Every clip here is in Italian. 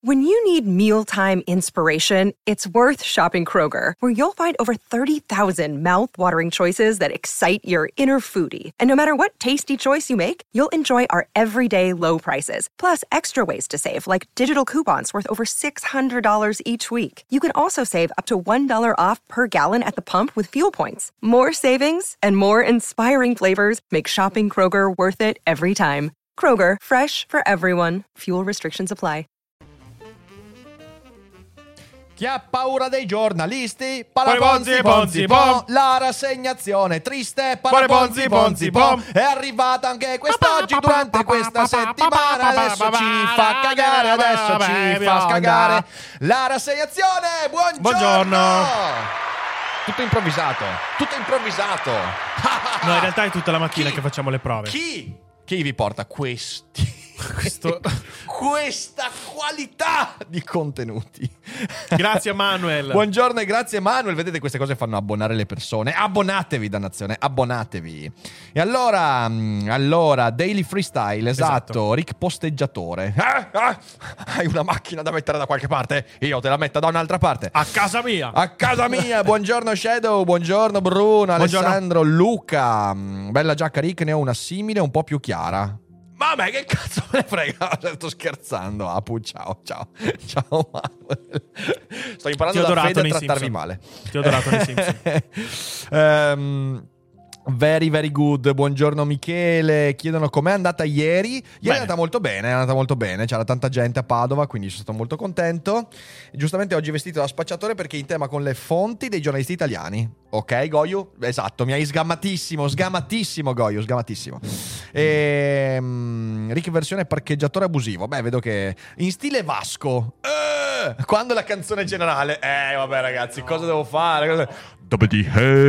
When you need mealtime inspiration, it's worth shopping Kroger, where you'll find over 30,000 mouth-watering choices that excite your inner foodie. And no matter what tasty choice you make, you'll enjoy our everyday low prices, plus extra ways to save, like digital coupons worth over $600 each week. You can also save up to $1 off per gallon at the pump with fuel points. More savings and more inspiring flavors make shopping Kroger worth it every time. Kroger, fresh for everyone. Fuel restrictions apply. Chi ha paura dei giornalisti? Paraponzi, ponzi, pom. La rassegnazione triste. Paraponzi, ponzi, pom. È arrivata anche quest'oggi durante questa settimana. Adesso ci fa cagare, adesso ci fa cagare. La rassegnazione, buongiorno. Tutto improvvisato. No, in realtà è tutta la mattina che facciamo le prove. Chi vi porta questa qualità di contenuti? Grazie Manuel. Buongiorno e grazie Manuel. Vedete, queste cose fanno abbonare le persone. Abbonatevi, dannazione, abbonatevi. E allora Daily Freestyle, esatto. Rick posteggiatore. Hai una macchina da mettere da qualche parte? Io te la metto da un'altra parte. A casa mia. Buongiorno Shadow, buongiorno Bruno, Alessandro, Luca. Bella giacca Rick, ne ho una simile un po' più chiara. Ma a me che cazzo me ne frega? Sto scherzando, Apu. Ciao Manuel. Sto imparando da Fede a trattarvi male. Ti ho adorato nei Simpson. Very very good. Buongiorno Michele. Chiedono com'è andata ieri. Ieri è andata molto bene. C'era tanta gente a Padova, quindi sono stato molto contento. Giustamente oggi vestito da spacciatore perché in tema con le fonti dei giornalisti italiani. Ok Goyu? Esatto, mi hai sgammatissimo Goyu, sgammatissimo. Rick versione parcheggiatore abusivo. Beh, vedo che in stile Vasco. Quando la canzone generale. Vabbè ragazzi, cosa devo fare? Dobedi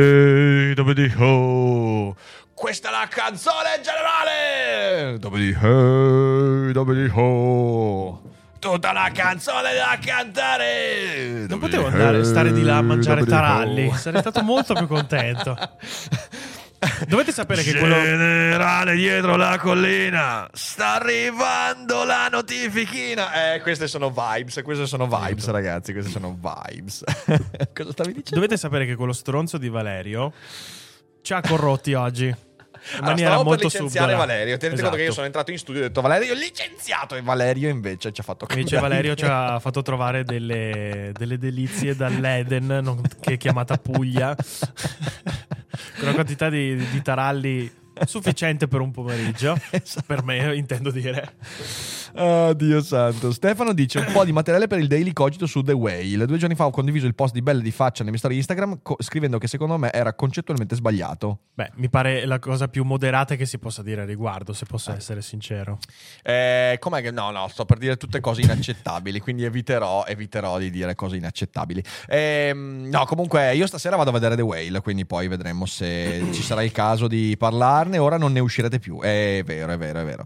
ho. Questa è la canzone generale. Dobedi ho. Tutta la canzone da cantare. Non potevo stare di là a mangiare taralli. Sarei stato molto più contento. Dovete sapere che quello generale dietro la collina sta arrivando la notifichina. Queste sono vibes, ragazzi. Queste sono vibes. Cosa stavi dicendo? Dovete sapere che quello stronzo di Valerio ci ha corrotti oggi in maniera stavo molto per licenziare subdola. Valerio. Tenete conto che io sono entrato in studio e ho detto Valerio licenziato, e Valerio invece ci ha fatto Invece Valerio ci ha fatto trovare delle delizie dall'Eden, che è chiamata Puglia, con una quantità di taralli sufficiente per un pomeriggio. Esatto. Per me, intendo dire. Oh, Dio santo. Stefano dice un po' di materiale per il Daily Cogito su The Whale. 2 giorni fa ho condiviso il post di Belle di Faccia nelle mie storie Instagram scrivendo che secondo me era concettualmente sbagliato. Beh, mi pare la cosa più moderata che si possa dire a riguardo, se posso essere sincero. Com'è che no, sto per dire tutte cose inaccettabili, quindi eviterò di dire cose inaccettabili. No, comunque io stasera vado a vedere The Whale, quindi poi vedremo se ci sarà il caso di parlarne. Ora non ne uscirete più. È vero.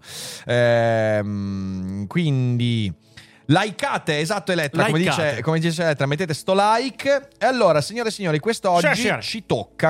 Quindi likeate, esatto Elettra, come dice Elettra, mettete sto like. E allora, signore e signori, quest'oggi ci tocca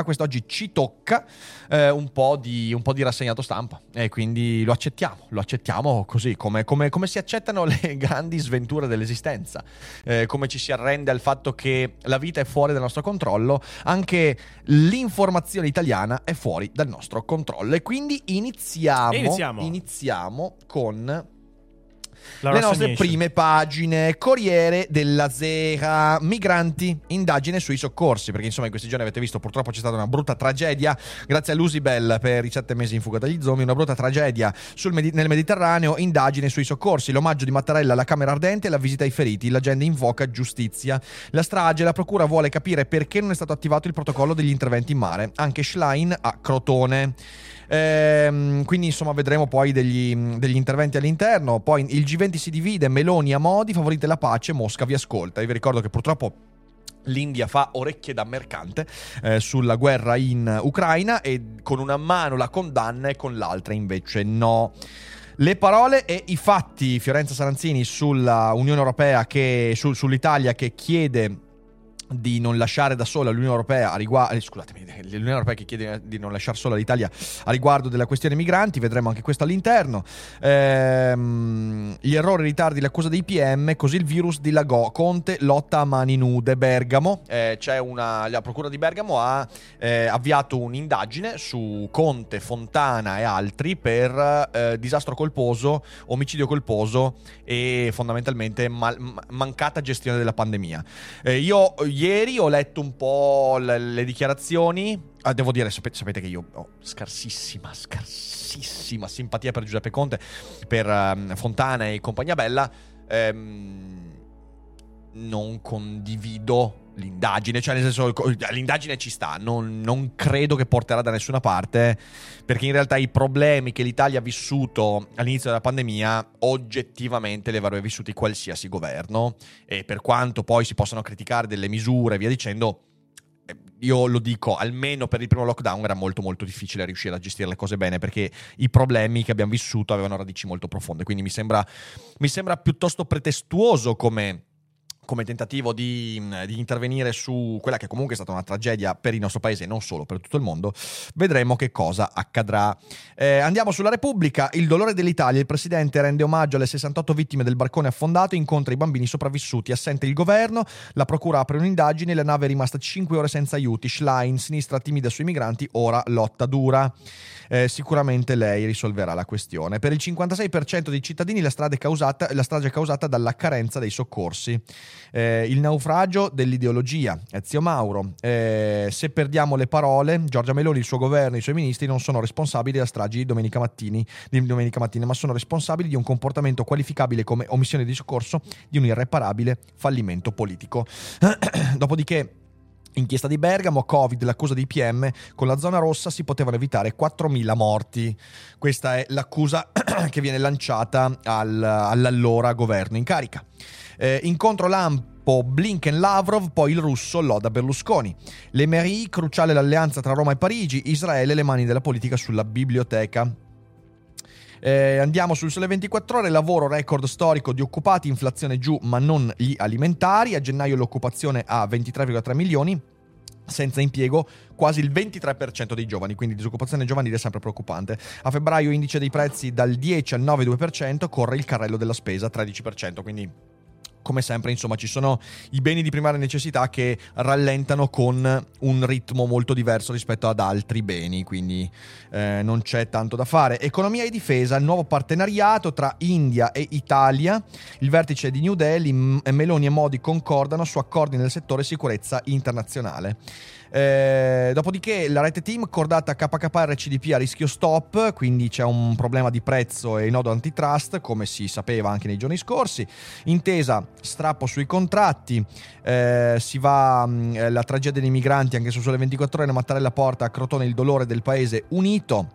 un po' di rassegnato stampa, e quindi lo accettiamo così come si accettano le grandi sventure dell'esistenza, come ci si arrende al fatto che la vita è fuori dal nostro controllo. Anche l'informazione italiana è fuori dal nostro controllo, e quindi iniziamo con le nostre prime pagine. Corriere della Sera. Migranti, indagine sui soccorsi, perché insomma in questi giorni avete visto purtroppo c'è stata una brutta tragedia, grazie a Lusibel per i 7 mesi in fuga dagli zombie, una brutta tragedia nel Mediterraneo. Indagine sui soccorsi, l'omaggio di Mattarella alla Camera Ardente e la visita ai feriti, la gente invoca giustizia. La strage, la procura vuole capire perché non è stato attivato il protocollo degli interventi in mare, anche Schlein a Crotone. Quindi insomma vedremo poi degli interventi all'interno. Poi il G20 si divide, Meloni a Modi, favorite la pace, Mosca vi ascolta. Io vi ricordo che purtroppo l'India fa orecchie da mercante sulla guerra in Ucraina, e con una mano la condanna e con l'altra invece no. Le parole e i fatti. Fiorenza Saranzini sulla Unione Europea, sull'Italia che chiede di non lasciare da sola l'Unione Europea l'Unione Europea che chiede di non lasciare sola l'Italia a riguardo della questione migranti. Vedremo anche questo all'interno. Gli errori, i ritardi, l'accusa dei PM, così il virus dilagò. Conte lotta a mani nude. Bergamo, la procura di Bergamo ha avviato un'indagine su Conte, Fontana e altri per disastro colposo, omicidio colposo e fondamentalmente mancata gestione della pandemia. Io ieri ho letto un po' le dichiarazioni. Devo dire, sapete che io ho scarsissima simpatia per Giuseppe Conte, per Fontana e compagnia bella. Non condivido l'indagine, cioè nel senso, l'indagine ci sta, non credo che porterà da nessuna parte, perché in realtà i problemi che l'Italia ha vissuto all'inizio della pandemia oggettivamente li avrebbe vissuti qualsiasi governo, e per quanto poi si possano criticare delle misure e via dicendo, io lo dico, almeno per il primo lockdown era molto molto difficile riuscire a gestire le cose bene, perché i problemi che abbiamo vissuto avevano radici molto profonde. Quindi mi sembra piuttosto pretestuoso come tentativo di intervenire su quella che comunque è stata una tragedia per il nostro paese e non solo, per tutto il mondo. Vedremo che cosa accadrà. Andiamo sulla Repubblica. Il dolore dell'Italia. Il presidente rende omaggio alle 68 vittime del barcone affondato, incontra i bambini sopravvissuti. Assente il governo, la procura apre un'indagine, la nave è rimasta 5 ore senza aiuti. Schlein, sinistra timida sui migranti, ora lotta dura. Sicuramente lei risolverà la questione. Per il 56% dei cittadini la strage è causata dalla carenza dei soccorsi. Il naufragio dell'ideologia. Zio Mauro, se perdiamo le parole, Giorgia Meloni, il suo governo, i suoi ministri non sono responsabili della strage di domenica mattina, ma sono responsabili di un comportamento qualificabile come omissione di soccorso, di un irreparabile fallimento politico. Dopodiché, inchiesta di Bergamo, Covid, l'accusa dei PM, con la zona rossa si potevano evitare 4.000 morti. Questa è l'accusa che viene lanciata all'allora governo in carica. Incontro lampo Blinken-Lavrov, poi il russo loda Berlusconi. Le Mairie, cruciale l'alleanza tra Roma e Parigi, Israele, le mani della politica sulla biblioteca. Andiamo sul Sole 24 Ore, lavoro record storico di occupati, inflazione giù ma non gli alimentari, a gennaio l'occupazione a 23,3 milioni, senza impiego quasi il 23% dei giovani, quindi disoccupazione giovanile è sempre preoccupante. A febbraio indice dei prezzi dal 10 al 9,2%, corre il carrello della spesa 13%, quindi come sempre, insomma, ci sono i beni di primaria necessità che rallentano con un ritmo molto diverso rispetto ad altri beni, quindi non c'è tanto da fare. Economia e difesa, il nuovo partenariato tra India e Italia, il vertice di New Delhi, Meloni e Modi concordano su accordi nel settore sicurezza internazionale. Dopodiché la rete team cordata KKR CDP a rischio stop, quindi c'è un problema di prezzo e nodo antitrust, come si sapeva anche nei giorni scorsi. Intesa, strappo sui contratti, si va la tragedia dei migranti anche su Sole 24 Ore, Mattarella porta a Crotone il dolore del paese unito.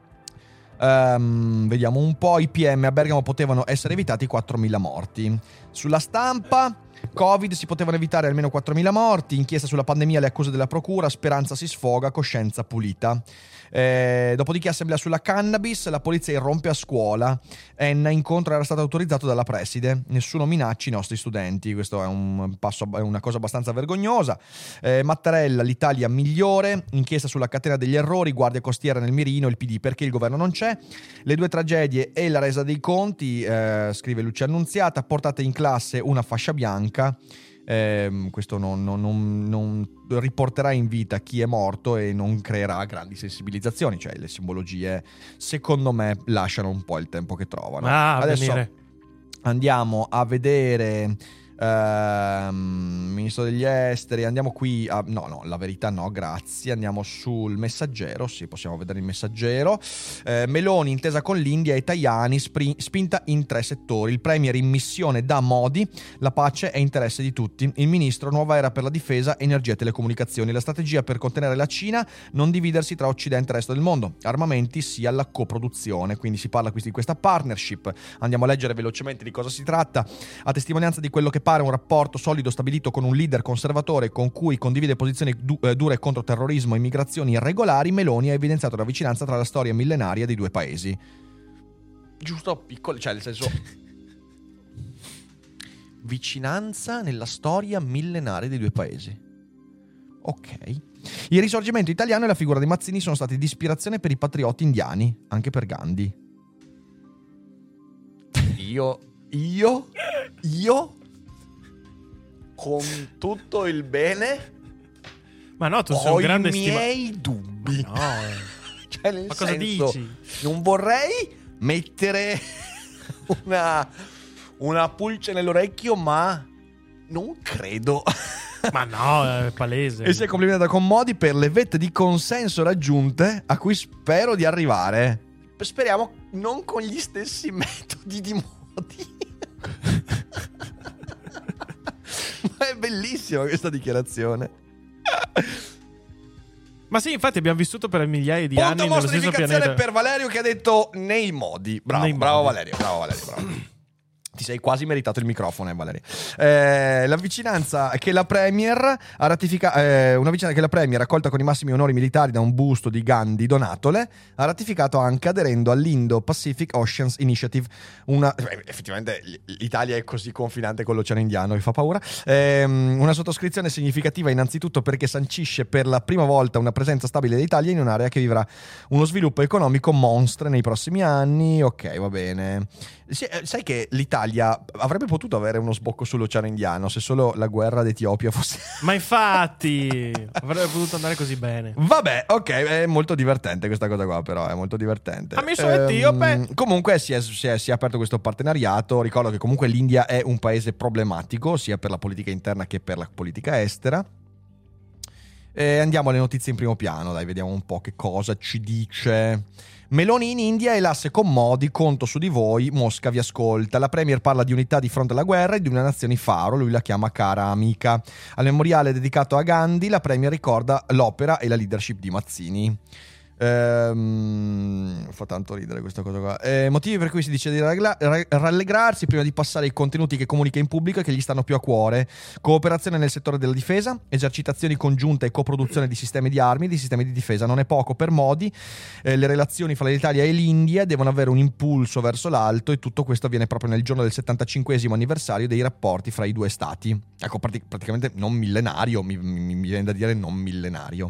Vediamo un po', i PM a Bergamo potevano essere evitati 4.000 morti. Sulla Stampa, Covid, si potevano evitare almeno 4.000 morti, inchiesta sulla pandemia, le accuse della procura, Speranza si sfoga, coscienza pulita. Dopodiché assemblea sulla cannabis, la polizia irrompe a scuola, Enna, incontro era stato autorizzato dalla preside, nessuno minacci i nostri studenti, questo è è una cosa abbastanza vergognosa. Mattarella, l'Italia migliore, inchiesta sulla catena degli errori, guardia costiera nel mirino, il PD perché il governo non c'è, le due tragedie e la resa dei conti, scrive Lucia Annunziata, portate in classe una fascia bianca. Questo non riporterà in vita chi è morto e non creerà grandi sensibilizzazioni, cioè le simbologie secondo me lasciano un po' il tempo che trovano. Adesso andiamo a vedere Ministro degli Esteri, andiamo qui a... no, la verità no, grazie. Andiamo sul Messaggero, sì, possiamo vedere il Messaggero. Meloni, intesa con l'India e Tajani, spinta in 3 settori. Il premier in missione da Modi, la pace è interesse di tutti. Il ministro, nuova era per la difesa, energia e telecomunicazioni. La strategia per contenere la Cina, non dividersi tra Occidente e il resto del mondo. Armamenti sia alla coproduzione, quindi si parla qui di questa partnership. Andiamo a leggere velocemente di cosa si tratta. A testimonianza di quello che pare un rapporto solido stabilito con un leader conservatore con cui condivide posizioni dure contro terrorismo e migrazioni irregolari, Meloni ha evidenziato la vicinanza tra la storia millenaria dei due paesi. Giusto piccolo, cioè nel senso vicinanza nella storia millenaria dei due paesi. Ok. Il risorgimento italiano e la figura di Mazzini sono stati di ispirazione per i patrioti indiani, anche per Gandhi. Io con tutto il bene, ma no, tu sei un grande ho i miei dubbi. No, cioè, nel ma cosa senso, dici? non vorrei mettere una pulce nell'orecchio, ma non credo. Ma no, è palese. E si è complimentata con Modi per le vette di consenso raggiunte a cui spero di arrivare. Speriamo non con gli stessi metodi di Modi. Ma è bellissima questa dichiarazione. Ma sì, infatti abbiamo vissuto per migliaia di Punto anni nello stesso pianeta. per Valerio che ha detto nei modi. Bravo Valerio, bravo. Ti sei quasi meritato il microfono, Valerio. La vicinanza che la Premier ha ratificato, una vicinanza che la Premier, accolta con i massimi onori militari da un busto di Gandhi Donatole, ha ratificato anche aderendo all'Indo-Pacific Oceans Initiative. Effettivamente l'Italia è così confinante con l'Oceano Indiano che fa paura. Una sottoscrizione significativa innanzitutto perché sancisce per la prima volta una presenza stabile dell'Italia in un'area che vivrà uno sviluppo economico monstre nei prossimi anni. Ok, va bene. Sai che l'Italia avrebbe potuto avere uno sbocco sull'Oceano Indiano se solo la guerra d'Etiopia fosse... Ma infatti avrebbe potuto andare così bene. Vabbè, ok, è molto divertente questa cosa qua, però è molto divertente. Ha messo Etiope. Comunque si è aperto questo partenariato. Ricordo che comunque l'India è un paese problematico sia per la politica interna che per la politica estera. Andiamo alle notizie in primo piano, dai, vediamo un po' che cosa ci dice. Meloni in India e l'asse con Modi, conto su di voi, Mosca vi ascolta. La Premier parla di unità di fronte alla guerra e di una nazione faro, lui la chiama cara amica. Al memoriale dedicato a Gandhi, la Premier ricorda l'opera e la leadership di Mazzini. Fa tanto ridere questa cosa qua. Motivi per cui si dice di rallegrarsi prima di passare ai contenuti che comunica in pubblico e che gli stanno più a cuore: cooperazione nel settore della difesa, esercitazioni congiunte e coproduzione di sistemi di armi e di sistemi di difesa. Non è poco per Modi. Le relazioni fra l'Italia e l'India devono avere un impulso verso l'alto e tutto questo avviene proprio nel giorno del 75esimo anniversario dei rapporti fra i due stati. Ecco, praticamente non millenario, mi viene da dire non millenario.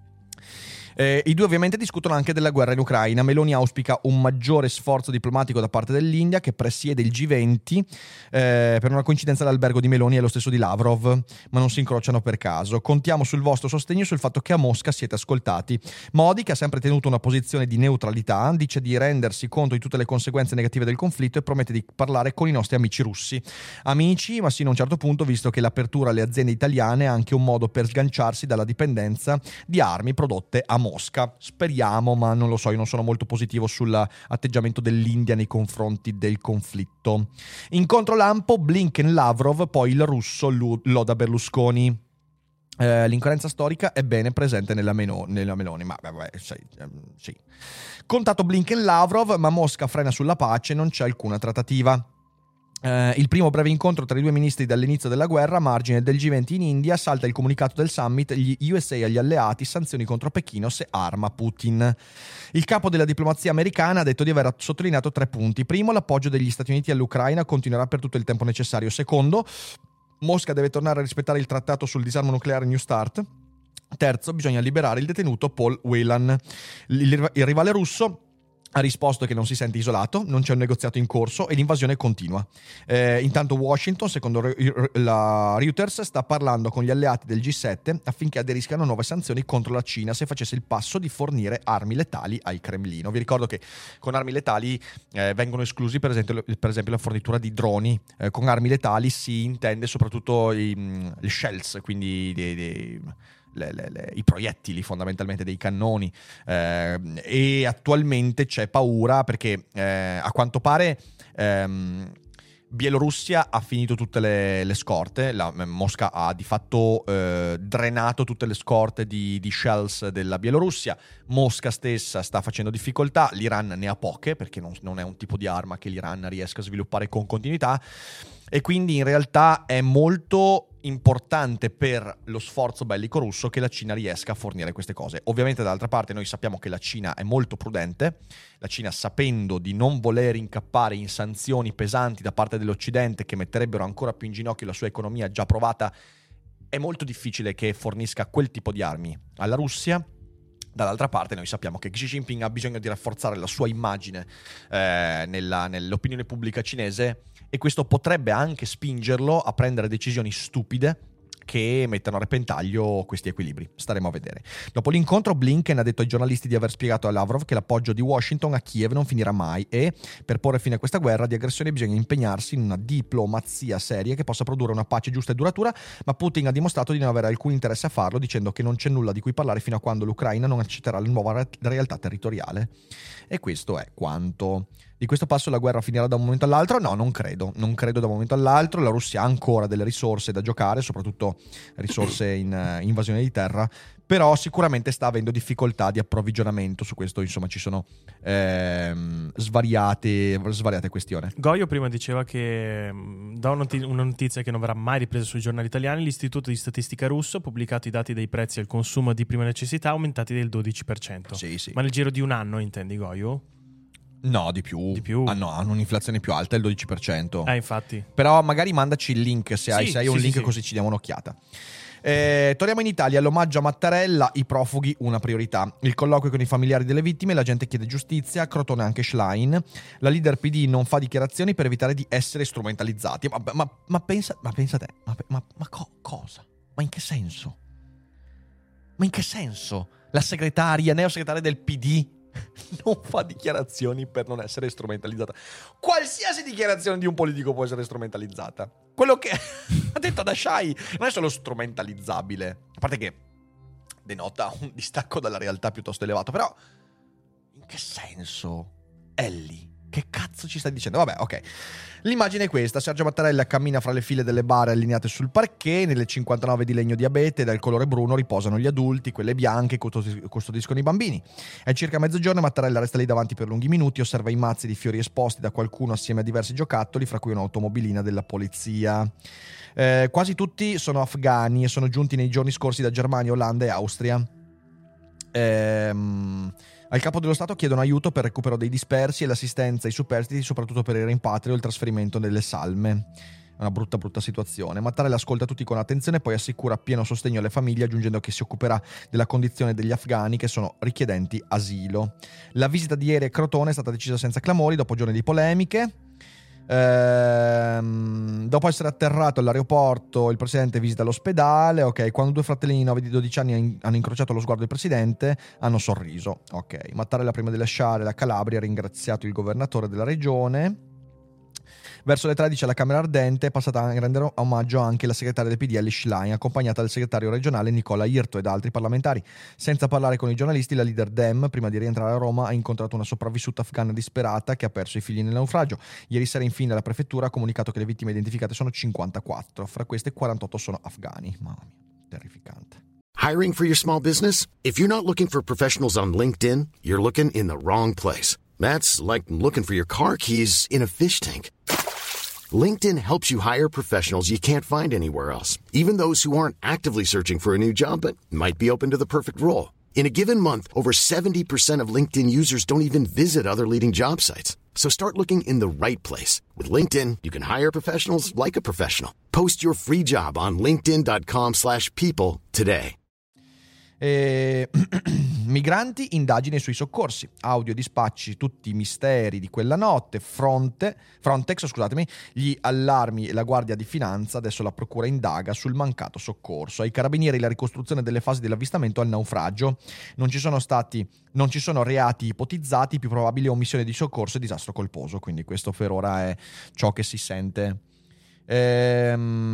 I due ovviamente discutono anche della guerra in Ucraina. Meloni auspica un maggiore sforzo diplomatico da parte dell'India, che presiede il G20. Per una coincidenza l'albergo di Meloni è lo stesso di Lavrov, ma non si incrociano per caso. Contiamo sul vostro sostegno e sul fatto che a Mosca siete ascoltati. Modi, che ha sempre tenuto una posizione di neutralità, dice di rendersi conto di tutte le conseguenze negative del conflitto e promette di parlare con i nostri amici russi. Amici, ma sino a un certo punto, visto che l'apertura alle aziende italiane è anche un modo per sganciarsi dalla dipendenza di armi prodotte a Mosca. Speriamo, ma non lo so, io non sono molto positivo sull'atteggiamento dell'India nei confronti del conflitto. Incontro lampo, Blinken-Lavrov, poi il russo loda Berlusconi. L'incoerenza storica è bene presente nella Meloni, ma vabbè, sì. Contatto Blinken-Lavrov, ma Mosca frena sulla pace, non c'è alcuna trattativa. Il primo breve incontro tra i due ministri dall'inizio della guerra, a margine del G20 in India, salta il comunicato del summit, gli USA agli alleati, sanzioni contro Pechino se arma Putin. Il capo della diplomazia americana ha detto di aver sottolineato 3 punti. Primo, l'appoggio degli Stati Uniti all'Ucraina continuerà per tutto il tempo necessario. Secondo, Mosca deve tornare a rispettare il trattato sul disarmo nucleare New START. Terzo, bisogna liberare il detenuto Paul Whelan. Il rivale russo ha risposto che non si sente isolato, non c'è un negoziato in corso e l'invasione continua. Intanto Washington, secondo la Reuters, sta parlando con gli alleati del G7 affinché aderiscano a nuove sanzioni contro la Cina se facesse il passo di fornire armi letali al Cremlino. Vi ricordo che con armi letali vengono esclusi per esempio la fornitura di droni. Con armi letali si intende soprattutto le shells, quindi i proiettili, fondamentalmente dei cannoni, e attualmente c'è paura perché a quanto pare Bielorussia ha finito tutte le scorte. Mosca ha di fatto drenato tutte le scorte di shells della Bielorussia. Mosca stessa sta facendo difficoltà, l'Iran ne ha poche perché non è un tipo di arma che l'Iran riesca a sviluppare con continuità. e quindi in realtà è molto importante per lo sforzo bellico russo che la Cina riesca a fornire queste cose. Ovviamente dall'altra parte noi sappiamo che la Cina è molto prudente, la Cina, sapendo di non voler incappare in sanzioni pesanti da parte dell'Occidente che metterebbero ancora più in ginocchio la sua economia già provata, è molto difficile che fornisca quel tipo di armi alla Russia. Dall'altra parte noi sappiamo che Xi Jinping ha bisogno di rafforzare la sua immagine nell'opinione pubblica cinese, e questo potrebbe anche spingerlo a prendere decisioni stupide che mettano a repentaglio questi equilibri. Staremo a vedere. Dopo l'incontro, Blinken ha detto ai giornalisti di aver spiegato a Lavrov che l'appoggio di Washington a Kiev non finirà mai e, per porre fine a questa guerra di aggressione, bisogna impegnarsi in una diplomazia seria che possa produrre una pace giusta e duratura, ma Putin ha dimostrato di non avere alcun interesse a farlo, dicendo che non c'è nulla di cui parlare fino a quando l'Ucraina non accetterà la nuova realtà territoriale. E questo è quanto. Di questo passo la guerra finirà da un momento all'altro? No, non credo da un momento all'altro. La Russia ha ancora delle risorse da giocare, soprattutto risorse in invasione di terra, però sicuramente sta avendo difficoltà di approvvigionamento. Su questo, insomma, ci sono svariate questioni. Goio prima diceva che da una notizia che non verrà mai ripresa sui giornali italiani, l'Istituto di Statistica russo ha pubblicato i dati dei prezzi al consumo di prima necessità aumentati del 12%. Sì. Ma nel giro di un anno, intendi, Goio? No, di più. Hanno un'inflazione più alta, il 12%. Infatti. Però magari mandaci il link se hai un link, così ci diamo un'occhiata. Torniamo in Italia. L'omaggio a Mattarella, i profughi una priorità. Il colloquio con i familiari delle vittime, la gente chiede giustizia, Crotone anche Schlein. La leader PD non fa dichiarazioni per evitare di essere strumentalizzati. Ma pensa te, cosa? Ma in che senso? La neosegretaria del PD non fa dichiarazioni per non essere strumentalizzata. Qualsiasi dichiarazione di un politico può essere strumentalizzata. Quello che ha detto Adashai non è solo strumentalizzabile, a parte che denota un distacco dalla realtà piuttosto elevato, però in che senso? Ellie, che cazzo ci stai dicendo? Vabbè, ok. L'immagine è questa: Sergio Mattarella cammina fra le file delle bare allineate sul parquet. Nelle 59 di legno di abete dal colore bruno riposano gli adulti, quelle bianche custodiscono i bambini. È circa mezzogiorno e Mattarella resta lì davanti per lunghi minuti, osserva i mazzi di fiori esposti da qualcuno assieme a diversi giocattoli, fra cui un'automobilina della polizia. Quasi tutti sono afghani e sono giunti nei giorni scorsi da Germania, Olanda e Austria. Al capo dello Stato chiedono aiuto per il recupero dei dispersi e l'assistenza ai superstiti, soprattutto per il rimpatrio e il trasferimento delle salme. È una brutta situazione. Mattarella ascolta tutti con attenzione, poi assicura pieno sostegno alle famiglie, aggiungendo che si occuperà della condizione degli afghani che sono richiedenti asilo. La visita di ieri a Crotone è stata decisa senza clamori, dopo giorni di polemiche. Dopo essere atterrato all'aeroporto, il presidente visita l'ospedale. Ok, quando due fratellini 9 di 12 anni hanno incrociato lo sguardo del presidente, hanno sorriso. Ok, Mattarella prima di lasciare la Calabria ha ringraziato il governatore della regione. Verso le 13 alla Camera Ardente è passata a rendere omaggio anche la segretaria del PDL Schlein, accompagnata dal segretario regionale Nicola Irto ed altri parlamentari. Senza parlare con i giornalisti, la leader Dem, prima di rientrare a Roma, ha incontrato una sopravvissuta afghana disperata che ha perso i figli nel naufragio. Ieri sera, infine, la prefettura ha comunicato che le vittime identificate sono 54, fra queste 48 sono afghani. Mamma mia, terrificante. Hiring for your small business? If you're not looking for professionals on LinkedIn, you're looking in the wrong place. That's like looking for your car keys in a fish tank. LinkedIn helps you hire professionals you can't find anywhere else, even those who aren't actively searching for a new job but might be open to the perfect role. In a given month, over 70% of LinkedIn users don't even visit other leading job sites. So start looking in the right place. With LinkedIn, you can hire professionals like a professional. Post your free job on linkedin.com/people today. Migranti, indagine sui soccorsi, audio dispacci, tutti i misteri di quella notte, Frontex, gli allarmi e la Guardia di Finanza. Adesso la procura indaga sul mancato soccorso. Ai carabinieri la ricostruzione delle fasi dell'avvistamento al naufragio. Non ci sono reati ipotizzati, più probabile omissione di soccorso e disastro colposo. Quindi questo per ora è ciò che si sente. Anche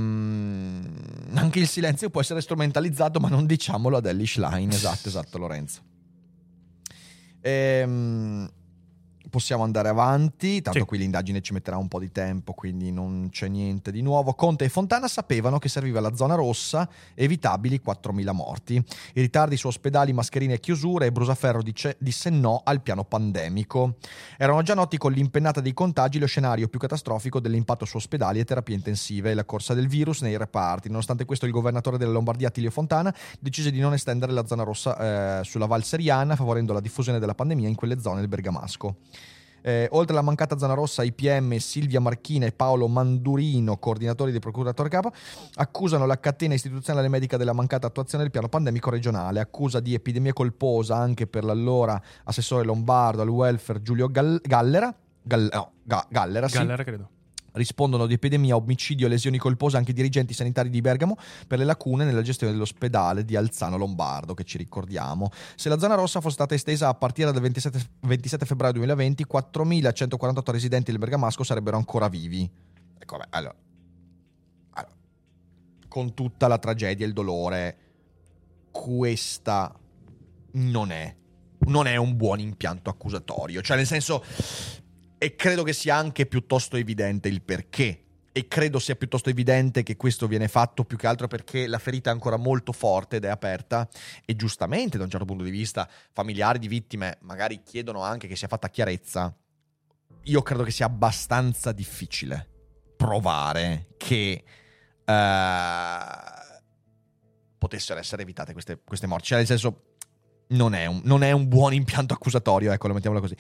il silenzio può essere strumentalizzato, ma non diciamolo ad Ellie Schlein. Esatto, Lorenzo. possiamo andare avanti, tanto Sì. qui l'indagine ci metterà un po' di tempo, quindi non c'è niente di nuovo. Conte e Fontana sapevano che serviva la zona rossa, evitabili 4.000 morti. I ritardi su ospedali, mascherine e chiusure, e Brusaferro disse no al piano pandemico. Erano già noti con l'impennata dei contagi lo scenario più catastrofico dell'impatto su ospedali e terapie intensive e la corsa del virus nei reparti. Nonostante questo, il governatore della Lombardia, Attilio Fontana, decise di non estendere la zona rossa sulla Val Seriana, favorendo la diffusione della pandemia in quelle zone del Bergamasco. Oltre alla mancata zona rossa, i PM Silvia Marchina e Paolo Mandurino, coordinatori del procuratore capo, accusano la catena istituzionale medica della mancata attuazione del piano pandemico regionale. Accusa di epidemia colposa anche per l'allora assessore lombardo al welfare Giulio Gallera. Gallera, sì. Gallera, credo. Rispondono di epidemia, omicidio e lesioni colpose anche i dirigenti sanitari di Bergamo per le lacune nella gestione dell'ospedale di Alzano Lombardo, che ci ricordiamo. Se la zona rossa fosse stata estesa a partire dal 27 febbraio 2020, 4.148 residenti del Bergamasco sarebbero ancora vivi. Ecco, allora, con tutta la tragedia e il dolore, questa non è un buon impianto accusatorio. Cioè, nel senso... E credo che sia anche piuttosto evidente il perché. E credo sia piuttosto evidente che questo viene fatto più che altro perché la ferita è ancora molto forte ed è aperta. E giustamente, da un certo punto di vista, familiari di vittime magari chiedono anche che sia fatta chiarezza. Io credo che sia abbastanza difficile provare che potessero essere evitate queste morti. Cioè, nel senso, non è un buon impianto accusatorio, ecco, lo mettiamola così.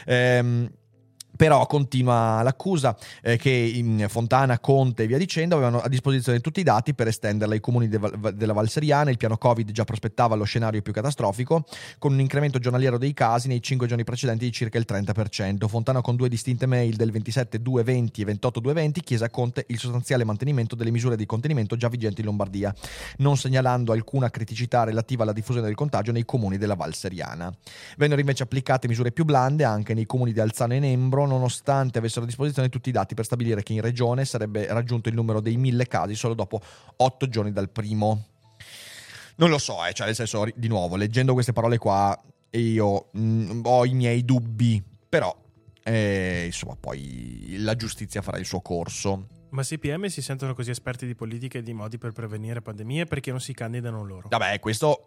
Però continua l'accusa che in Fontana, Conte e via dicendo avevano a disposizione tutti i dati per estenderla ai comuni della Val Seriana. Il piano Covid già prospettava lo scenario più catastrofico, con un incremento giornaliero dei casi nei 5 giorni precedenti di circa il 30%. Fontana, con 2 distinte mail del 27/2/20 e 28/2/20, chiese a Conte il sostanziale mantenimento delle misure di contenimento già vigenti in Lombardia, non segnalando alcuna criticità relativa alla diffusione del contagio nei comuni della Val Seriana. Vennero invece applicate misure più blande anche nei comuni di Alzano e Nembro, nonostante avessero a disposizione tutti i dati per stabilire che in regione sarebbe raggiunto il numero dei 1.000 casi solo dopo 8 giorni dal primo. Non lo so, cioè nel senso, di nuovo, leggendo queste parole qua, io ho i miei dubbi, però insomma poi la giustizia farà il suo corso. Ma se i PM si sentono così esperti di politica e di modi per prevenire pandemie, perché non si candidano loro? Vabbè,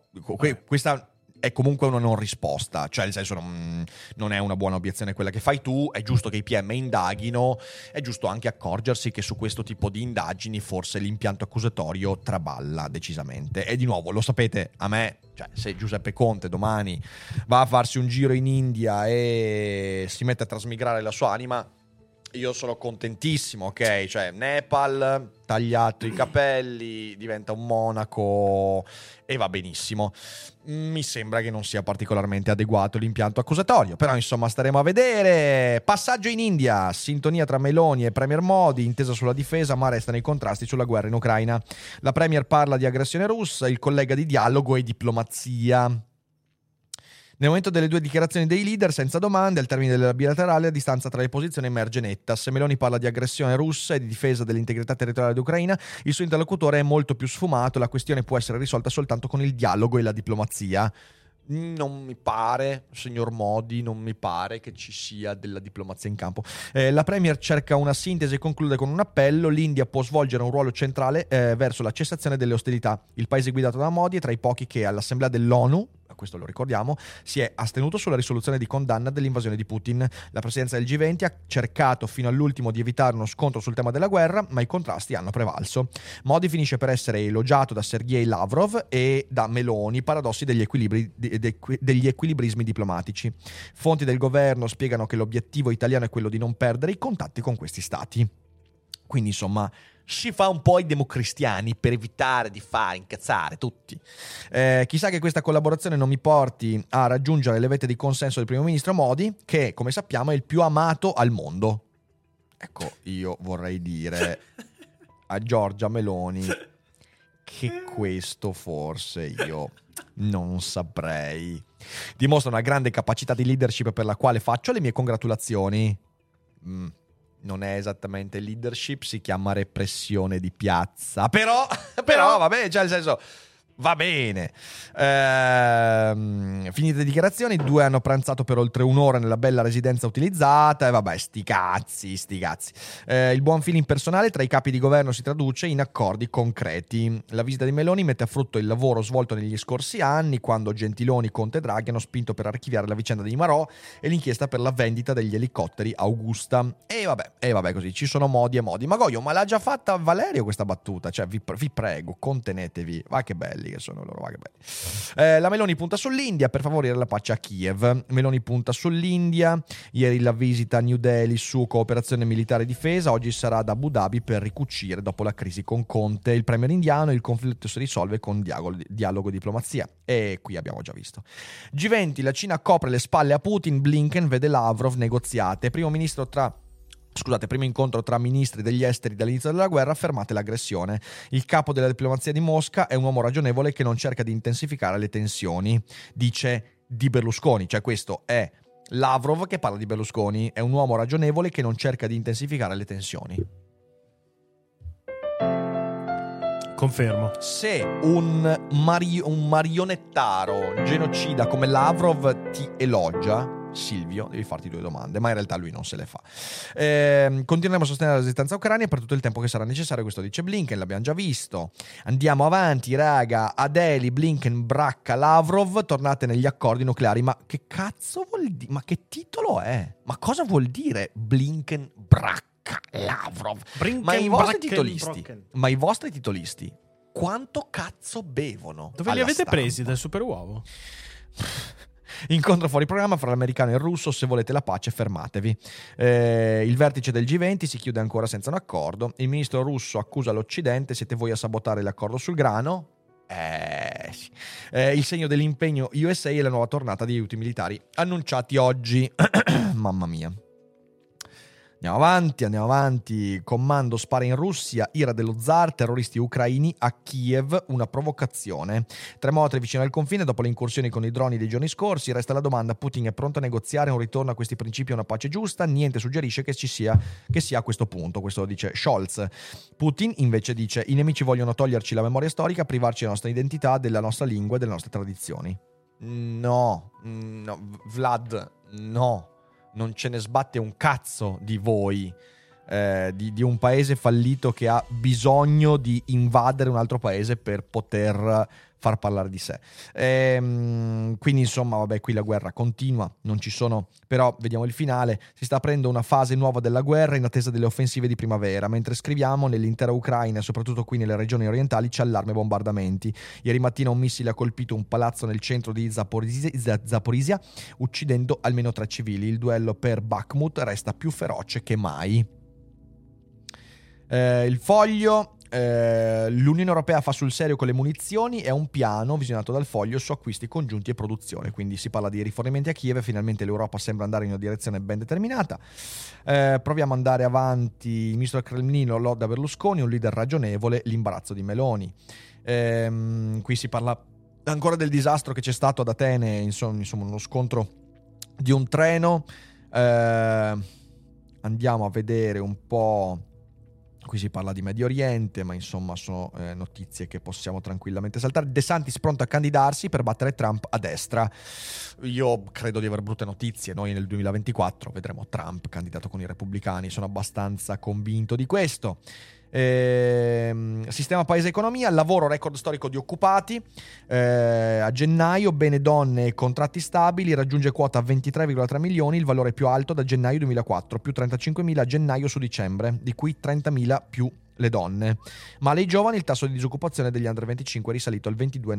questa è comunque una non risposta, cioè nel senso non è una buona obiezione quella che fai tu. È giusto che i PM indaghino, è giusto anche accorgersi che su questo tipo di indagini forse l'impianto accusatorio traballa decisamente. E di nuovo, lo sapete, a me, cioè, se Giuseppe Conte domani va a farsi un giro in India e si mette a trasmigrare la sua anima, io sono contentissimo, ok? Cioè, Nepal, tagliato i capelli, diventa un monaco e va benissimo. Mi sembra che non sia particolarmente adeguato l'impianto accusatorio, però insomma staremo a vedere. Passaggio in India, sintonia tra Meloni e Premier Modi, intesa sulla difesa, ma restano i contrasti sulla guerra in Ucraina. La Premier parla di aggressione russa, il collega di dialogo e diplomazia. Nel momento delle due dichiarazioni dei leader, senza domande, al termine della bilaterale, la distanza tra le posizioni emerge netta. Se Meloni parla di aggressione russa e di difesa dell'integrità territoriale d'Ucraina, il suo interlocutore è molto più sfumato. La questione può essere risolta soltanto con il dialogo e la diplomazia. Non mi pare, signor Modi, non mi pare che ci sia della diplomazia in campo. La Premier cerca una sintesi e conclude con un appello. L'India può svolgere un ruolo centrale verso la cessazione delle ostilità. Il paese guidato da Modi è tra i pochi che all'Assemblea dell'ONU, questo lo ricordiamo, si è astenuto sulla risoluzione di condanna dell'invasione di Putin. La presidenza del G20 ha cercato fino all'ultimo di evitare uno scontro sul tema della guerra, ma i contrasti hanno prevalso. Modi finisce per essere elogiato da Sergei Lavrov e da Meloni, paradossi degli equilibrismi diplomatici. Fonti del governo spiegano che l'obiettivo italiano è quello di non perdere i contatti con questi stati. Quindi insomma si fa un po' i democristiani per evitare di far incazzare tutti. Chissà che questa collaborazione non mi porti a raggiungere le vette di consenso del primo ministro Modi, che come sappiamo è il più amato al mondo. Ecco, io vorrei dire a Giorgia Meloni che questo forse io non saprei. Dimostra una grande capacità di leadership per la quale faccio le mie congratulazioni. Non è esattamente leadership, si chiama repressione di piazza. Però vabbè, cioè nel senso, Va bene. Finite le dichiarazioni, 2 hanno pranzato per oltre un'ora nella bella residenza utilizzata e vabbè, sti cazzi. Il buon feeling personale tra i capi di governo si traduce in accordi concreti. La visita di Meloni mette a frutto il lavoro svolto negli scorsi anni, quando Gentiloni, Conte e Draghi hanno spinto per archiviare la vicenda di Marò e l'inchiesta per la vendita degli elicotteri Augusta. E vabbè così, ci sono modi e modi. Ma Goio, ma l'ha già fatta Valerio questa battuta? Cioè vi prego, contenetevi. Va che belli che sono loro, va che belli. La Meloni punta sull'India per favorire la pace a Kiev. Meloni punta sull'India. Ieri la visita a New Delhi su cooperazione militare e difesa. Oggi sarà ad Abu Dhabi per ricucire dopo la crisi con Conte. Il premier indiano, il conflitto si risolve con dialogo e diplomazia. E qui abbiamo già visto. G20, la Cina copre le spalle a Putin. Blinken vede Lavrov, negoziate. Primo incontro tra ministri degli esteri dall'inizio della guerra, fermate l'aggressione. Il capo della diplomazia di Mosca è un uomo ragionevole che non cerca di intensificare le tensioni, dice di Berlusconi. Cioè questo è Lavrov che parla di Berlusconi, è un uomo ragionevole che non cerca di intensificare le tensioni. Confermo. Se un marionettaro genocida come Lavrov ti elogia, Silvio, devi farti 2 domande, ma in realtà lui non se le fa. Continueremo a sostenere la resistenza ucraina per tutto il tempo che sarà necessario, questo dice Blinken, l'abbiamo già visto. Andiamo avanti, raga. A Delhi, Blinken bracca Lavrov, tornate negli accordi nucleari. Ma che cazzo vuol dire? Ma che titolo è? Ma cosa vuol dire Blinken bracca Lavrov? Ma i vostri titolisti quanto cazzo bevono? Dove li avete presi dal super uovo? Incontro fuori programma fra l'americano e il russo, se volete la pace fermatevi. Il vertice del G20 si chiude ancora senza un accordo. Il ministro russo accusa l'Occidente, siete voi a sabotare l'accordo sul grano? Sì. Il segno dell'impegno USA e la nuova tornata di aiuti militari annunciati oggi. Mamma mia. Andiamo avanti. Comando spara in Russia, ira dello zar, terroristi ucraini a Kiev, una provocazione. 3 morti vicino al confine dopo le incursioni con i droni dei giorni scorsi. Resta la domanda: Putin è pronto a negoziare un ritorno a questi principi e una pace giusta? Niente suggerisce che sia a questo punto. Questo lo dice Scholz. Putin invece dice: i nemici vogliono toglierci la memoria storica, privarci della nostra identità, della nostra lingua e delle nostre tradizioni. No, Vlad, no. Non ce ne sbatte un cazzo di voi, di un paese fallito che ha bisogno di invadere un altro paese per poter far parlare di sé. Quindi insomma, vabbè, qui la guerra continua, non ci sono, però vediamo il finale. Si sta aprendo una fase nuova della guerra in attesa delle offensive di primavera. Mentre scriviamo, nell'intera Ucraina e soprattutto qui nelle regioni orientali c'è allarme e bombardamenti. Ieri mattina un missile ha colpito un palazzo nel centro di Zaporizhia, uccidendo almeno 3 civili. Il duello per Bakhmut resta più feroce che mai. Il Foglio. L'Unione Europea fa sul serio con le munizioni, è un piano visionato dal Foglio su acquisti congiunti e produzione, quindi si parla di rifornimenti a Kiev e finalmente l'Europa sembra andare in una direzione ben determinata. Proviamo ad andare avanti. Il ministro del Cremlino loda Berlusconi, un leader ragionevole, l'imbarazzo di Meloni. Qui si parla ancora del disastro che c'è stato ad Atene, insomma uno scontro di un treno. Andiamo a vedere un po'. Qui si parla di Medio Oriente, ma insomma sono notizie che possiamo tranquillamente saltare. De Santis pronto a candidarsi per battere Trump a destra. Io credo di aver brutte notizie. Noi nel 2024 vedremo Trump candidato con i repubblicani. Sono abbastanza convinto di questo. Sistema paese economia, lavoro record storico di occupati a gennaio, bene donne e contratti stabili, raggiunge quota 23,3 milioni, il valore più alto da gennaio 2004, più 35.000 a gennaio su dicembre, di cui 30.000 più le donne. Male i giovani, il tasso di disoccupazione degli under 25 è risalito al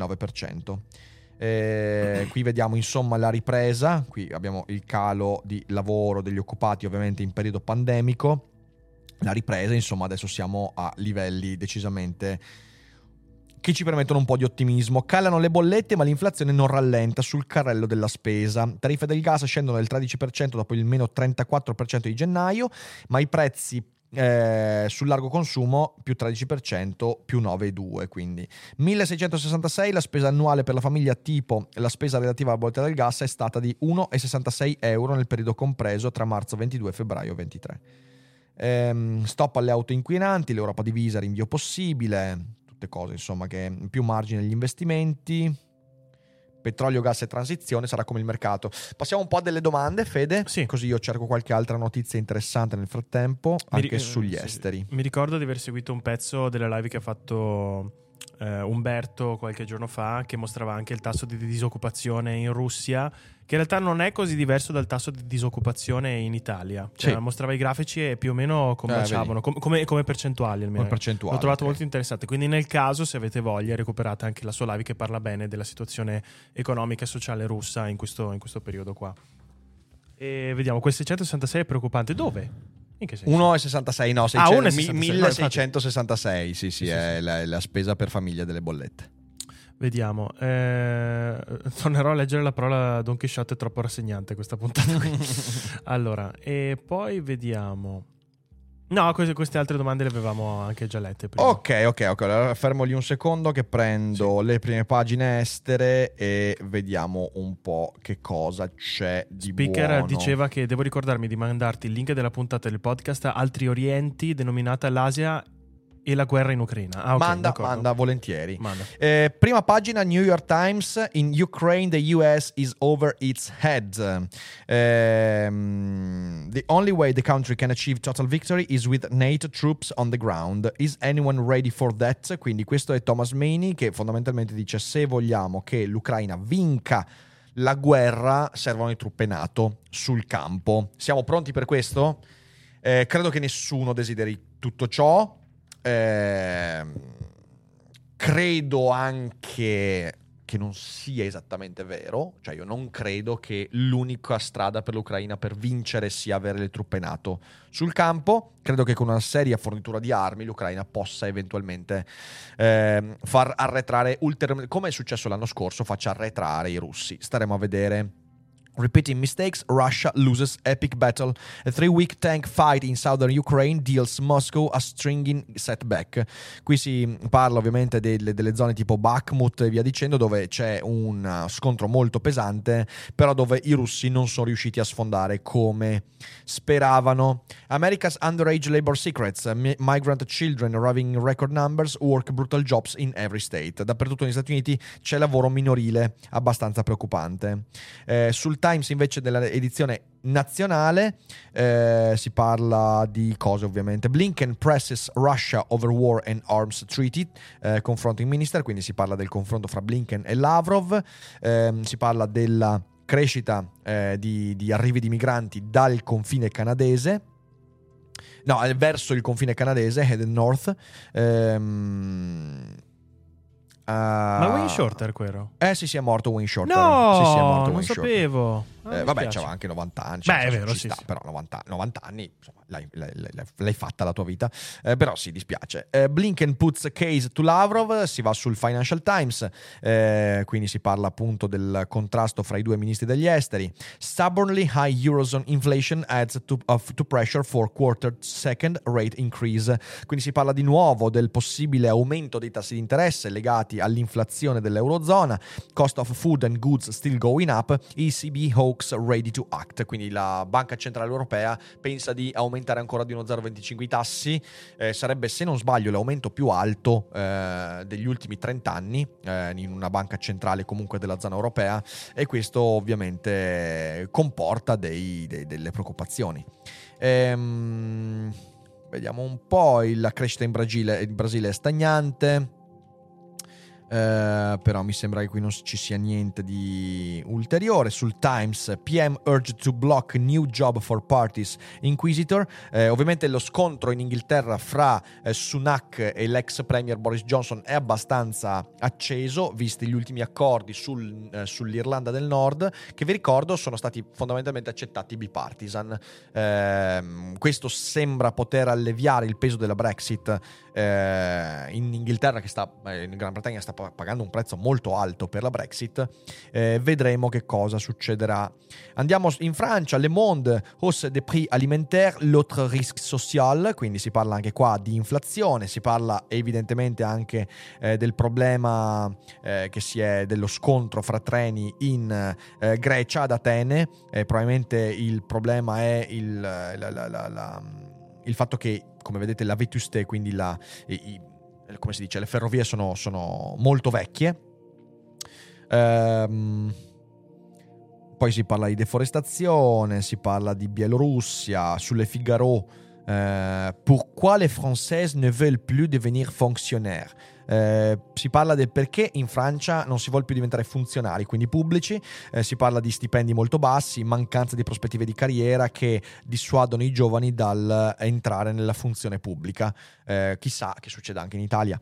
22,9%. Qui vediamo insomma la ripresa, qui abbiamo il calo di lavoro degli occupati ovviamente in periodo pandemico. La ripresa, insomma, adesso siamo a livelli decisamente che ci permettono un po' di ottimismo. Calano le bollette, ma l'inflazione non rallenta sul carrello della spesa. Tariffe del gas scendono del 13% dopo il meno 34% di gennaio, ma i prezzi sul largo consumo più 13%, più 9,2%, quindi 1.666 la spesa annuale per la famiglia tipo la spesa relativa alla bolletta del gas è stata di 1,66 euro nel periodo compreso tra marzo 22 e febbraio 23. Stop alle auto inquinanti, l'Europa divisa, rinvio possibile, tutte cose insomma che più margine agli investimenti. Petrolio, gas e transizione sarà come il mercato. Passiamo un po' a delle domande, Fede, sì. Così io cerco qualche altra notizia interessante nel frattempo, anche sugli esteri. Mi ricordo di aver seguito un pezzo delle live che ha fatto Umberto qualche giorno fa, che mostrava anche il tasso di disoccupazione in Russia, che in realtà non è così diverso dal tasso di disoccupazione in Italia. Cioè, sì. Mostrava i grafici e più o meno combaciavano come percentuali almeno. Percentuale, l'ho trovato molto interessante. Quindi nel caso, se avete voglia, recuperate anche la sua live che parla bene della situazione economica e sociale russa in questo periodo qua. E vediamo, quel 666 è preoccupante. Dove? In che senso? 1,66, no, 1666, sì, Sì. È la spesa per famiglia delle bollette. Vediamo, tornerò a leggere la parola Don Chisciotte, è troppo rassegnante questa puntata. Allora, e poi vediamo. No, queste altre domande le avevamo anche già lette prima. Ok, allora fermo lì un secondo che prendo le prime pagine estere e vediamo un po' che cosa c'è di Speaker buono. diceva che devo ricordarmi di mandarti il link della puntata del podcast Altri Orienti, denominata l'Asia e la guerra in Ucraina. Okay, manda volentieri. Manda. Prima pagina, New York Times. In Ukraine the US is over its head. The only way the country can achieve total victory is with NATO troops on the ground. Is anyone ready for that? Quindi questo è Thomas Maney, che fondamentalmente dice: se vogliamo che l'Ucraina vinca la guerra, servono le truppe NATO sul campo. Siamo pronti per questo? Credo che nessuno desideri tutto ciò. Credo anche che non sia esattamente vero, cioè io non credo che l'unica strada per l'Ucraina per vincere sia avere le truppe NATO sul campo. Credo che con una seria fornitura di armi l'Ucraina possa eventualmente far arretrare ulteriormente, come è successo l'anno scorso, faccia arretrare i russi. Staremo a vedere. Repeating mistakes, Russia loses epic battle. A 3-week tank fight in southern Ukraine deals Moscow a stringing setback. Qui si parla ovviamente delle zone tipo Bakhmut e via dicendo, dove c'è un scontro molto pesante, però dove i russi non sono riusciti a sfondare come speravano. America's underage labor secrets. Migrant children arriving in record numbers work brutal jobs in every state. Dappertutto negli Stati Uniti c'è lavoro minorile abbastanza preoccupante. Sul Times invece della edizione nazionale si parla di cose ovviamente. Blinken presses Russia over war and arms treaty, confronting minister, quindi si parla del confronto fra Blinken e Lavrov. Si parla della crescita di arrivi di migranti dal confine canadese, verso il confine canadese, headed north. Ma Wayne Shorter quello? Sì, è morto Wayne Shorter. No, sì, è morto non Wayne sapevo. Vabbè, c'aveva anche 90 anni. Beh, è vero, sì. Però 90 anni, insomma, l'hai fatta la tua vita. Però sì, dispiace. Blinken puts case to Lavrov, si va sul Financial Times, quindi si parla appunto del contrasto fra i due ministri degli esteri. Stubbornly high Eurozone inflation adds to pressure for quarter second rate increase. Quindi si parla di nuovo del possibile aumento dei tassi di interesse legati all'inflazione dell'Eurozona. Cost of food and goods still going up. ECB hawks ready to act. Quindi la Banca Centrale Europea pensa di aumentare ancora di uno 0,25 i tassi. Sarebbe, se non sbaglio, l'aumento più alto degli ultimi 30 anni in una banca centrale comunque della zona europea, e questo ovviamente comporta delle preoccupazioni. Vediamo un po'. La crescita in Brasile è stagnante. Però mi sembra che qui non ci sia niente di ulteriore. Sul Times, PM urged to block new job for parties inquisitor. Ovviamente lo scontro in Inghilterra fra Sunak e l'ex premier Boris Johnson è abbastanza acceso, visti gli ultimi accordi sull'Irlanda del Nord, che vi ricordo sono stati fondamentalmente accettati bipartisan. Questo sembra poter alleviare il peso della Brexit in Inghilterra, in Gran Bretagna sta pagando un prezzo molto alto per la Brexit. Vedremo che cosa succederà. Andiamo in Francia. Le Monde, hausse des prix alimentaires, l'autre risque social. Quindi si parla anche qua di inflazione, si parla evidentemente anche del problema dello scontro fra treni in Grecia, ad Atene. Probabilmente il problema è il fatto che, come vedete, la vétusté, quindi come si dice, le ferrovie sono molto vecchie. Poi si parla di deforestazione, si parla di Bielorussia, sulle Figaro, pourquoi les Français ne veulent plus devenir fonctionnaires. Si parla del perché in Francia non si vuole più diventare funzionari, quindi pubblici. Si parla di stipendi molto bassi, mancanza di prospettive di carriera che dissuadono i giovani dal entrare nella funzione pubblica. Chissà che succeda anche in Italia.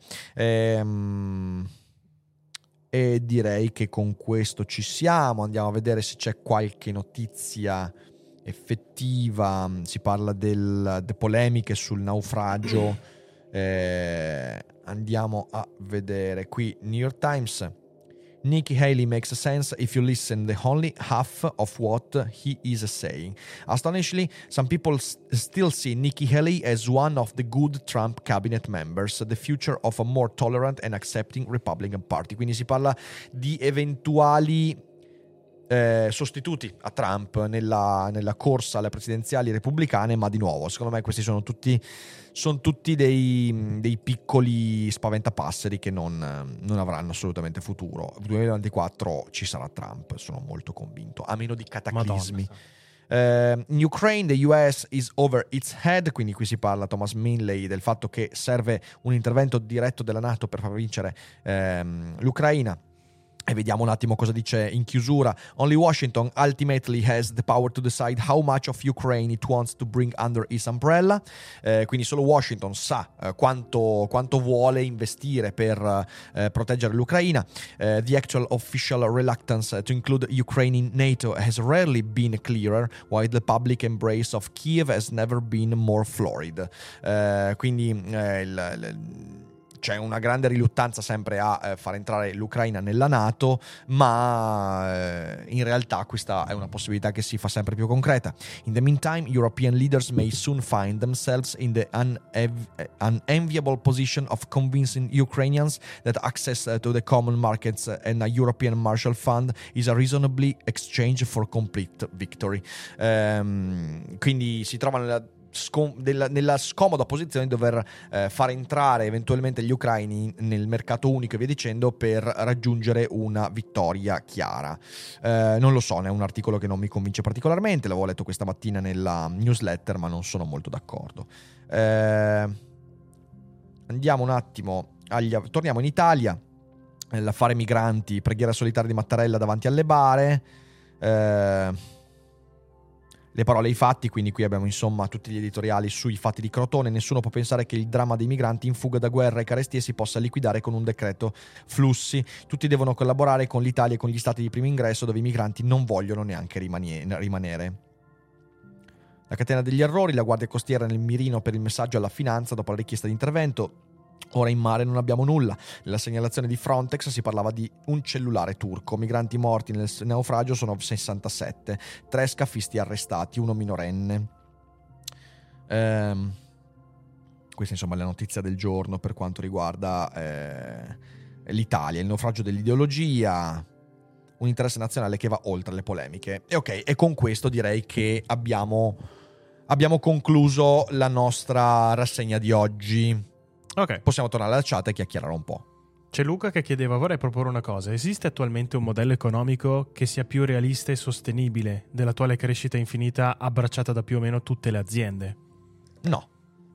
E direi che con questo ci siamo. Andiamo a vedere se c'è qualche notizia effettiva. Si parla delle polemiche sul naufragio. Andiamo a vedere qui New York Times. Nikki Haley makes sense if you listen the only half of what he is saying. Astonishingly, some people still see Nikki Haley as one of the good Trump cabinet members, the future of a more tolerant and accepting Republican Party. Quindi si parla di eventuali sostituti a Trump nella corsa alle presidenziali repubblicane, ma di nuovo, secondo me questi sono tutti dei piccoli spaventapasseri che non avranno assolutamente futuro. Nel 2024 ci sarà Trump, sono molto convinto, a meno di cataclismi. In Ukraine, the US is over its head, quindi qui si parla, Thomas Minley, del fatto che serve un intervento diretto della NATO per far vincere l'Ucraina. E vediamo un attimo cosa dice in chiusura. Only Washington ultimately has the power to decide how much of Ukraine it wants to bring under its umbrella. Quindi solo Washington sa quanto vuole investire per proteggere l'Ucraina. The actual official reluctance to include Ukraine in NATO has rarely been clearer, while the public embrace of Kiev has never been more florid. Quindi c'è una grande riluttanza sempre a far entrare l'Ucraina nella NATO, ma in realtà questa è una possibilità che si fa sempre più concreta. In the meantime, European leaders may soon find themselves in the unenviable position of convincing Ukrainians that access to the common markets and a European Marshall Fund is a reasonably exchange for complete victory. Quindi si trovano nella scomoda posizione di dover far entrare eventualmente gli ucraini nel mercato unico e via dicendo per raggiungere una vittoria chiara. Non lo so, è un articolo che non mi convince particolarmente, l'avevo letto questa mattina nella newsletter, ma non sono molto d'accordo. Andiamo un attimo torniamo in Italia. L'affare migranti, preghiera solitaria di Mattarella davanti alle bare. Le parole e i fatti, quindi qui abbiamo insomma tutti gli editoriali sui fatti di Crotone. Nessuno può pensare che il dramma dei migranti in fuga da guerra e carestie si possa liquidare con un decreto flussi. Tutti devono collaborare con l'Italia e con gli stati di primo ingresso dove i migranti non vogliono neanche rimanere. La catena degli errori, la guardia costiera nel mirino per il messaggio alla finanza dopo la richiesta di intervento. Ora in mare non abbiamo nulla. Nella segnalazione di Frontex si parlava di un cellulare turco. Migranti morti nel naufragio sono 67, 3 scafisti arrestati, 1 minorenne. Questa insomma è la notizia del giorno per quanto riguarda l'Italia, il naufragio dell'ideologia, un interesse nazionale che va oltre le polemiche. E con questo direi che abbiamo concluso la nostra rassegna di oggi. Ok. Possiamo tornare alla chat e chiacchierare un po'. C'è Luca che chiedeva: vorrei proporre una cosa. Esiste attualmente un modello economico che sia più realista e sostenibile dell'attuale crescita infinita abbracciata da più o meno tutte le aziende? No.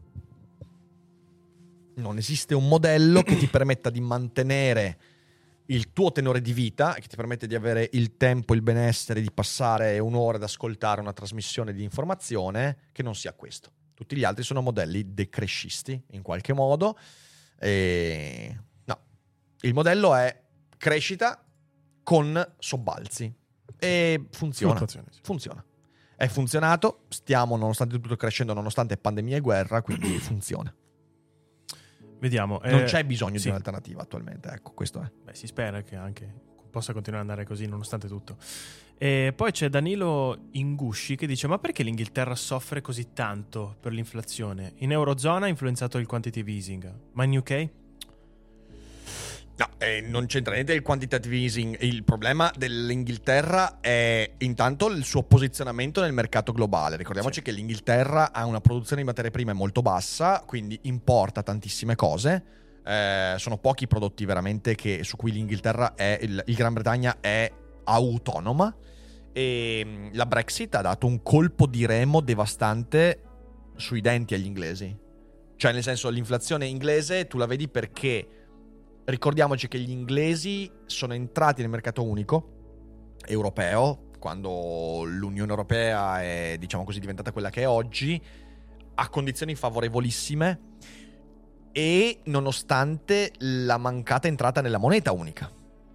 Non esiste un modello che ti permetta di mantenere il tuo tenore di vita, che ti permette di avere il tempo, il benessere di passare un'ora ad ascoltare una trasmissione di informazione che non sia questo. Tutti gli altri sono modelli decrescisti in qualche modo. No, il modello è crescita con sobbalzi e funziona. Funziona. È funzionato, stiamo nonostante tutto crescendo, nonostante pandemia e guerra, quindi funziona. Vediamo. Non c'è bisogno di un'alternativa attualmente, ecco, questo è. Beh, si spera che anche possa continuare ad andare così nonostante tutto. E poi c'è Danilo Ingusci che dice: ma perché l'Inghilterra soffre così tanto per l'inflazione? In Eurozona ha influenzato il quantitative easing, ma in UK? No, non c'entra niente il quantitative easing. Il problema dell'Inghilterra è intanto il suo posizionamento nel mercato globale. Ricordiamoci che l'Inghilterra ha una produzione di materie prime molto bassa, quindi importa tantissime cose. Sono pochi prodotti veramente su cui l'Inghilterra il Gran Bretagna è autonoma, e la Brexit ha dato un colpo di remo devastante sui denti agli inglesi. Cioè, nel senso, l'inflazione inglese tu la vedi perché ricordiamoci che gli inglesi sono entrati nel mercato unico europeo quando l'Unione Europea è, diciamo così, diventata quella che è oggi, a condizioni favorevolissime e nonostante la mancata entrata nella moneta unica.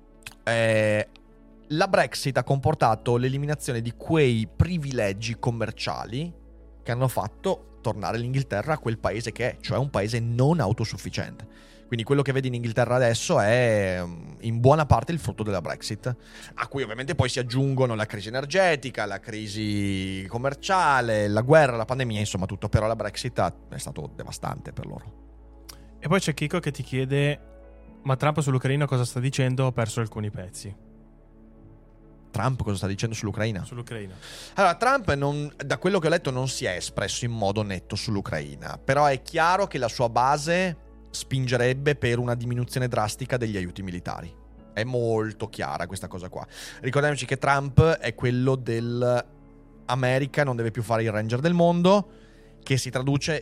La Brexit ha comportato l'eliminazione di quei privilegi commerciali che hanno fatto tornare l'Inghilterra a quel paese che è, cioè un paese non autosufficiente. Quindi quello che vedi in Inghilterra adesso è in buona parte il frutto della Brexit, a cui ovviamente poi si aggiungono la crisi energetica, la crisi commerciale, la guerra, la pandemia, insomma tutto. Però la Brexit è stato devastante per loro. E poi c'è Chico che ti chiede: ma Trump sull'Ucraina cosa sta dicendo? Ho perso alcuni pezzi. Trump cosa sta dicendo sull'Ucraina? Sull'Ucraina. Allora, Trump, da quello che ho letto, non si è espresso in modo netto sull'Ucraina, però è chiaro che la sua base spingerebbe per una diminuzione drastica degli aiuti militari. È molto chiara questa cosa qua. Ricordiamoci che Trump è quello del America non deve più fare il ranger del mondo, che si traduce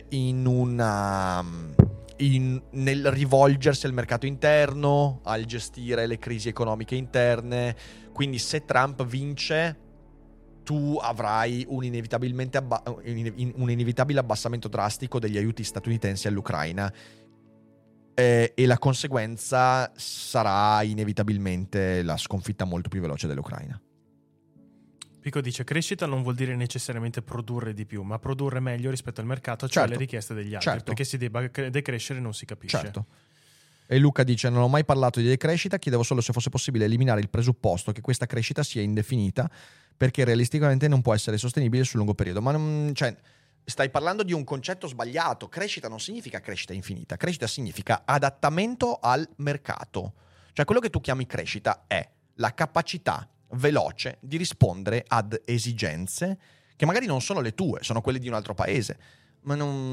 nel rivolgersi al mercato interno, al gestire le crisi economiche interne. Quindi se Trump vince, tu avrai un inevitabile abbassamento drastico degli aiuti statunitensi all'Ucraina, e la conseguenza sarà inevitabilmente la sconfitta molto più veloce dell'Ucraina. Pico dice: crescita non vuol dire necessariamente produrre di più, ma produrre meglio rispetto al mercato, cioè alle richieste degli altri, perché si debba decrescere non si capisce. Certo. E Luca dice: non ho mai parlato di decrescita, chiedevo solo se fosse possibile eliminare il presupposto che questa crescita sia indefinita, perché realisticamente non può essere sostenibile sul lungo periodo. Ma stai parlando di un concetto sbagliato. Crescita non significa crescita infinita, crescita significa adattamento al mercato. Cioè quello che tu chiami crescita è la capacità veloce di rispondere ad esigenze che magari non sono le tue, sono quelle di un altro paese. Ma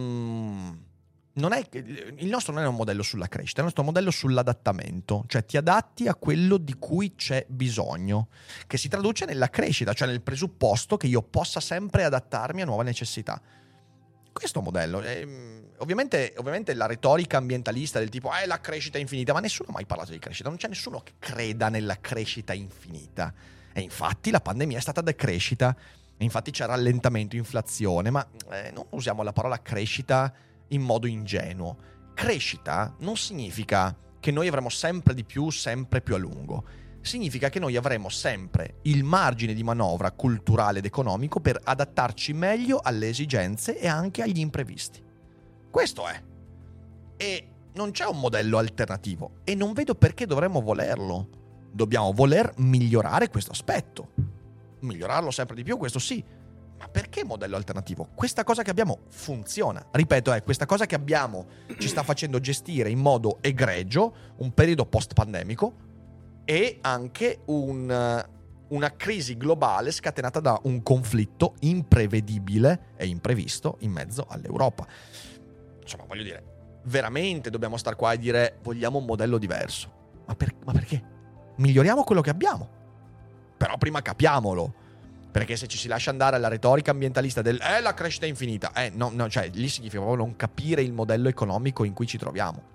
non è, il nostro non è un modello sulla crescita, è il nostro modello sull'adattamento, cioè ti adatti a quello di cui c'è bisogno, che si traduce nella crescita, cioè nel presupposto che io possa sempre adattarmi a nuove necessità. Questo modello, ovviamente la retorica ambientalista del tipo la crescita è infinita, ma nessuno ha mai parlato di crescita, non c'è nessuno che creda nella crescita infinita. E infatti la pandemia è stata decrescita, e infatti c'è rallentamento, inflazione, ma non usiamo la parola crescita in modo ingenuo. Crescita non significa che noi avremo sempre di più, sempre più a lungo. Significa che noi avremo sempre il margine di manovra culturale ed economico per adattarci meglio alle esigenze e anche agli imprevisti. Questo è. E non c'è un modello alternativo e non vedo perché dovremmo volerlo. Dobbiamo voler migliorare questo aspetto. Migliorarlo sempre di più, questo sì. Ma perché modello alternativo? Questa cosa che abbiamo funziona. Ripeto, questa cosa che abbiamo ci sta facendo gestire in modo egregio un periodo post-pandemico e anche una crisi globale scatenata da un conflitto imprevedibile e imprevisto in mezzo all'Europa. Insomma, voglio dire, veramente dobbiamo star qua e dire vogliamo un modello diverso. Ma perché? Miglioriamo quello che abbiamo. Però prima capiamolo. Perché se ci si lascia andare alla retorica ambientalista del la crescita è infinita, no, cioè lì significa proprio non capire il modello economico in cui ci troviamo.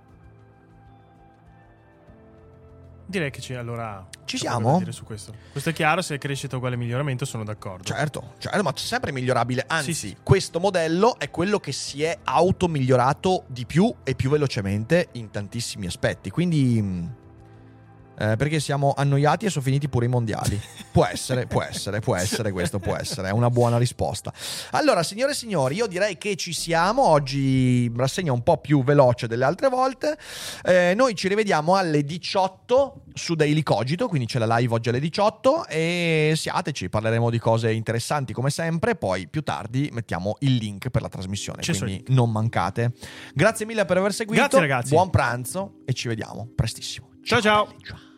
Direi che allora ci siamo? Dire su questo. Questo è chiaro, se è crescita uguale miglioramento sono d'accordo. Certo, ma c'è sempre migliorabile. Anzi, sì. Questo modello è quello che si è automigliorato di più e più velocemente in tantissimi aspetti. Quindi perché siamo annoiati e sono finiti pure i mondiali. Può essere questo, può essere, è una buona risposta. Allora, signore e signori, io direi che ci siamo. Oggi rassegna un po' più veloce delle altre volte. Noi ci rivediamo alle 18 su Daily Cogito, quindi c'è la live oggi alle 18 e siateci, parleremo di cose interessanti come sempre. Poi più tardi mettiamo il link per la trasmissione, quindi non mancate. Grazie mille per aver seguito. Grazie ragazzi. Buon pranzo e ci vediamo prestissimo. Ciao.